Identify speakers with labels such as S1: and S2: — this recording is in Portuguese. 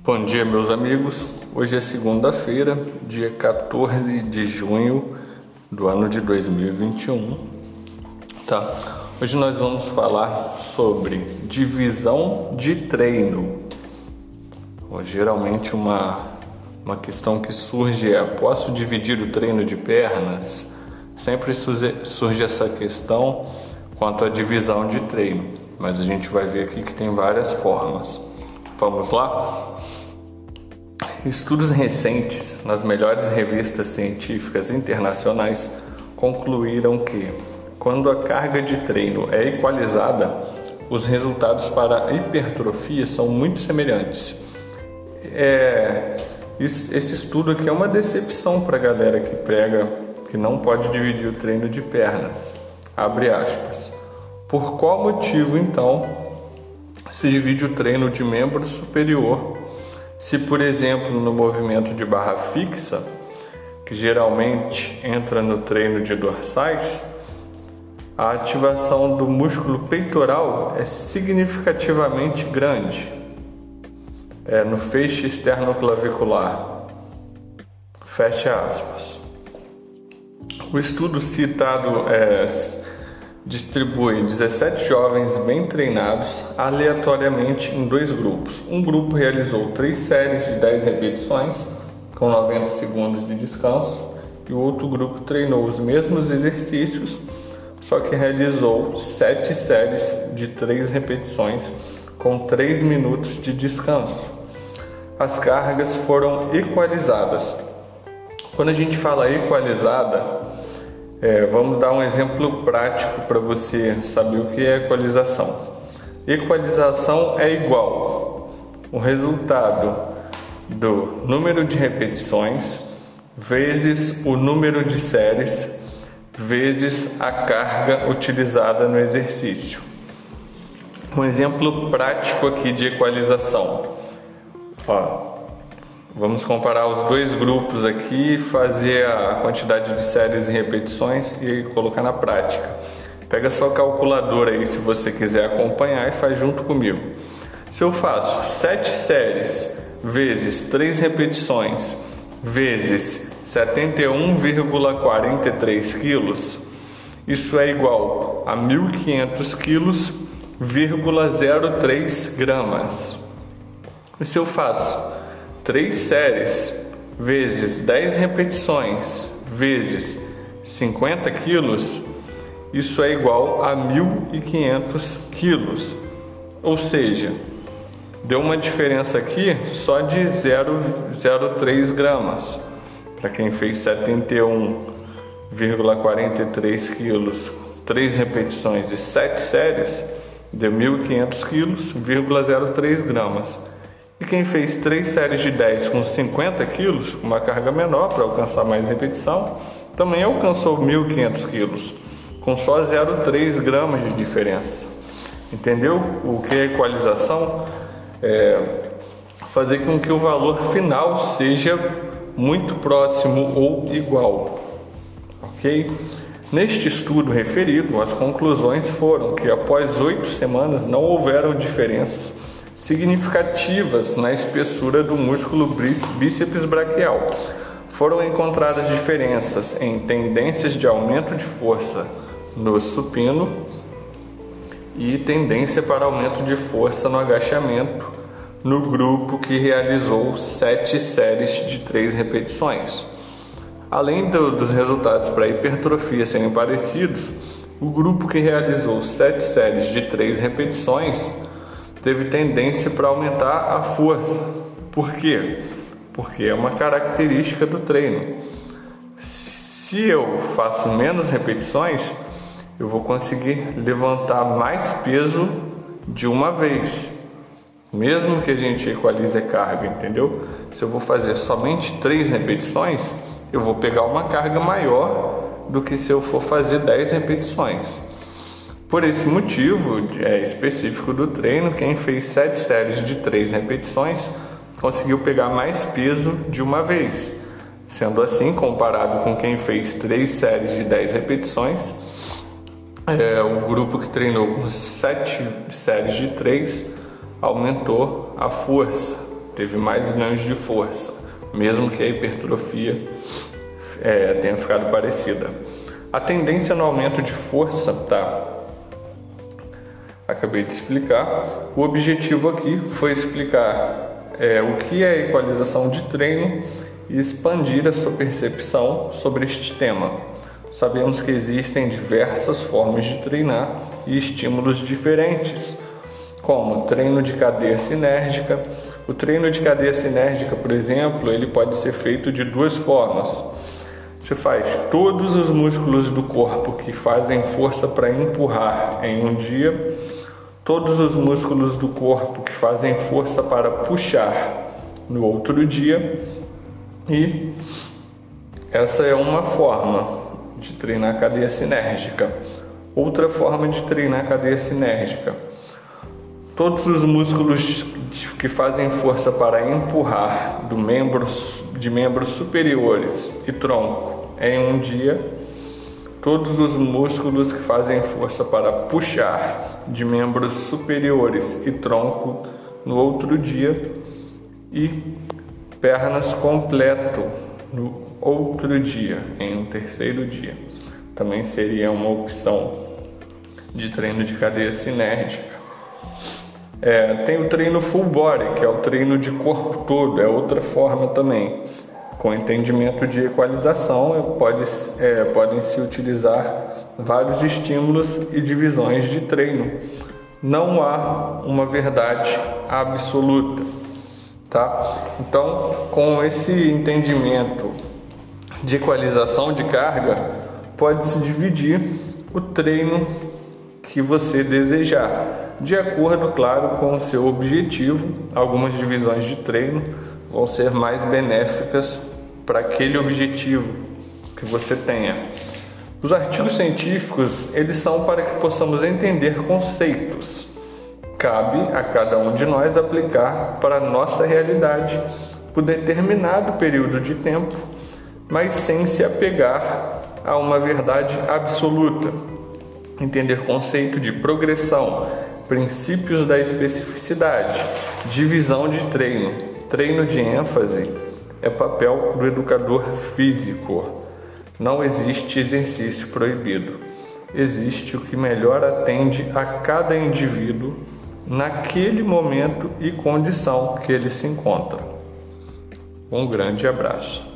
S1: Bom dia, meus amigos. Hoje é segunda-feira, dia 14 de junho do ano de 2021. Hoje nós vamos falar sobre divisão de treino. Geralmente uma questão que surge é: posso dividir o treino de pernas? Sempre surge essa questão quanto à divisão de treino, mas a gente vai ver aqui que tem várias formas. Vamos lá? Estudos recentes nas melhores revistas científicas internacionais concluíram que, quando a carga de treino é equalizada, os resultados para a hipertrofia são muito semelhantes. Esse estudo aqui é uma decepção para a galera que prega que não pode dividir o treino de pernas. Abre aspas. Por qual motivo, então, se divide o treino de membro superior? Se, por exemplo, no movimento de barra fixa, que geralmente entra no treino de dorsais, a ativação do músculo peitoral é significativamente grande, no feixe externo-clavicular. Fecha aspas. O estudo citado distribui 17 jovens bem treinados aleatoriamente em dois grupos. Um grupo realizou 3 séries de 10 repetições com 90 segundos de descanso e o outro grupo treinou os mesmos exercícios, só que realizou 7 séries de 3 repetições com 3 minutos de descanso. As cargas foram equalizadas. Quando a gente fala equalizada, vamos dar um exemplo prático para você saber o que é equalização. Equalização é igual o resultado do número de repetições vezes o número de séries vezes a carga utilizada no exercício. Um exemplo prático aqui de equalização. Vamos comparar os dois grupos aqui, fazer a quantidade de séries e repetições e colocar na prática. Pega sua calculadora aí se você quiser acompanhar e faz junto comigo. Se eu faço 7 séries vezes 3 repetições vezes 71,43 quilos, isso é igual a 1.500 quilos,03 gramas. E se eu faço 3 séries vezes 10 repetições vezes 50 quilos, isso é igual a 1.500 quilos. Ou seja, deu uma diferença aqui só de 0,03 gramas. Para quem fez 71,43 quilos, 3 repetições e 7 séries, deu 1.500 quilos,03 gramas. E quem fez 3 séries de 10 com 50 quilos, uma carga menor para alcançar mais repetição, também alcançou 1.500 quilos, com só 0,3 gramas de diferença. Entendeu o que é equalização? Fazer com que o valor final seja muito próximo ou igual. Ok? Neste estudo referido, as conclusões foram que após 8 semanas não houveram diferenças significativas na espessura do músculo bíceps braquial. Foram encontradas diferenças em tendências de aumento de força no supino e tendência para aumento de força no agachamento no grupo que realizou 7 séries de 3 repetições. Além dos resultados para a hipertrofia serem parecidos, o grupo que realizou 7 séries de 3 repetições teve tendência para aumentar a força. Por quê? Porque é uma característica do treino. Se eu faço menos repetições, eu vou conseguir levantar mais peso de uma vez, mesmo que a gente equalize a carga, entendeu? Se eu vou fazer somente 3 repetições, eu vou pegar uma carga maior do que se eu for fazer 10 repetições. Por esse motivo específico do treino, quem fez 7 séries de 3 repetições conseguiu pegar mais peso de uma vez. Sendo assim, comparado com quem fez 3 séries de 10 repetições, o grupo que treinou com 7 séries de 3 aumentou a força, teve mais ganhos de força, mesmo que a hipertrofia tenha ficado parecida. A tendência no aumento de força, tá? Acabei de explicar. O objetivo aqui foi explicar o que é a equalização de treino e expandir a sua percepção sobre este tema. Sabemos que existem diversas formas de treinar e estímulos diferentes, como treino de cadeia sinérgica. O treino de cadeia sinérgica, por exemplo, ele pode ser feito de duas formas. Você faz todos os músculos do corpo que fazem força para empurrar em um dia, todos os músculos do corpo que fazem força para puxar no outro dia, e essa é uma forma de treinar a cadeia sinérgica. Outra forma de treinar a cadeia sinérgica: todos os músculos que fazem força para empurrar de membros superiores e tronco em um dia, todos os músculos que fazem força para puxar de membros superiores e tronco no outro dia, e pernas completo no outro dia, em um terceiro dia. Também seria uma opção de treino de cadeia sinérgica. Tem o treino full body, que é o treino de corpo todo, é outra forma também. Com entendimento de equalização, podem se utilizar vários estímulos e divisões de treino. Não há uma verdade absoluta, tá? Então, com esse entendimento de equalização de carga, pode-se dividir o treino que você desejar, de acordo, claro, com o seu objetivo. Algumas divisões de treino vão ser mais benéficas para aquele objetivo que você tenha. Os artigos científicos, eles são para que possamos entender conceitos. Cabe a cada um de nós aplicar para a nossa realidade por determinado período de tempo, mas sem se apegar a uma verdade absoluta. Entender conceito de progressão, princípios da especificidade, divisão de treino, treino de ênfase é papel do educador físico. Não existe exercício proibido. Existe o que melhor atende a cada indivíduo naquele momento e condição que ele se encontra. Um grande abraço.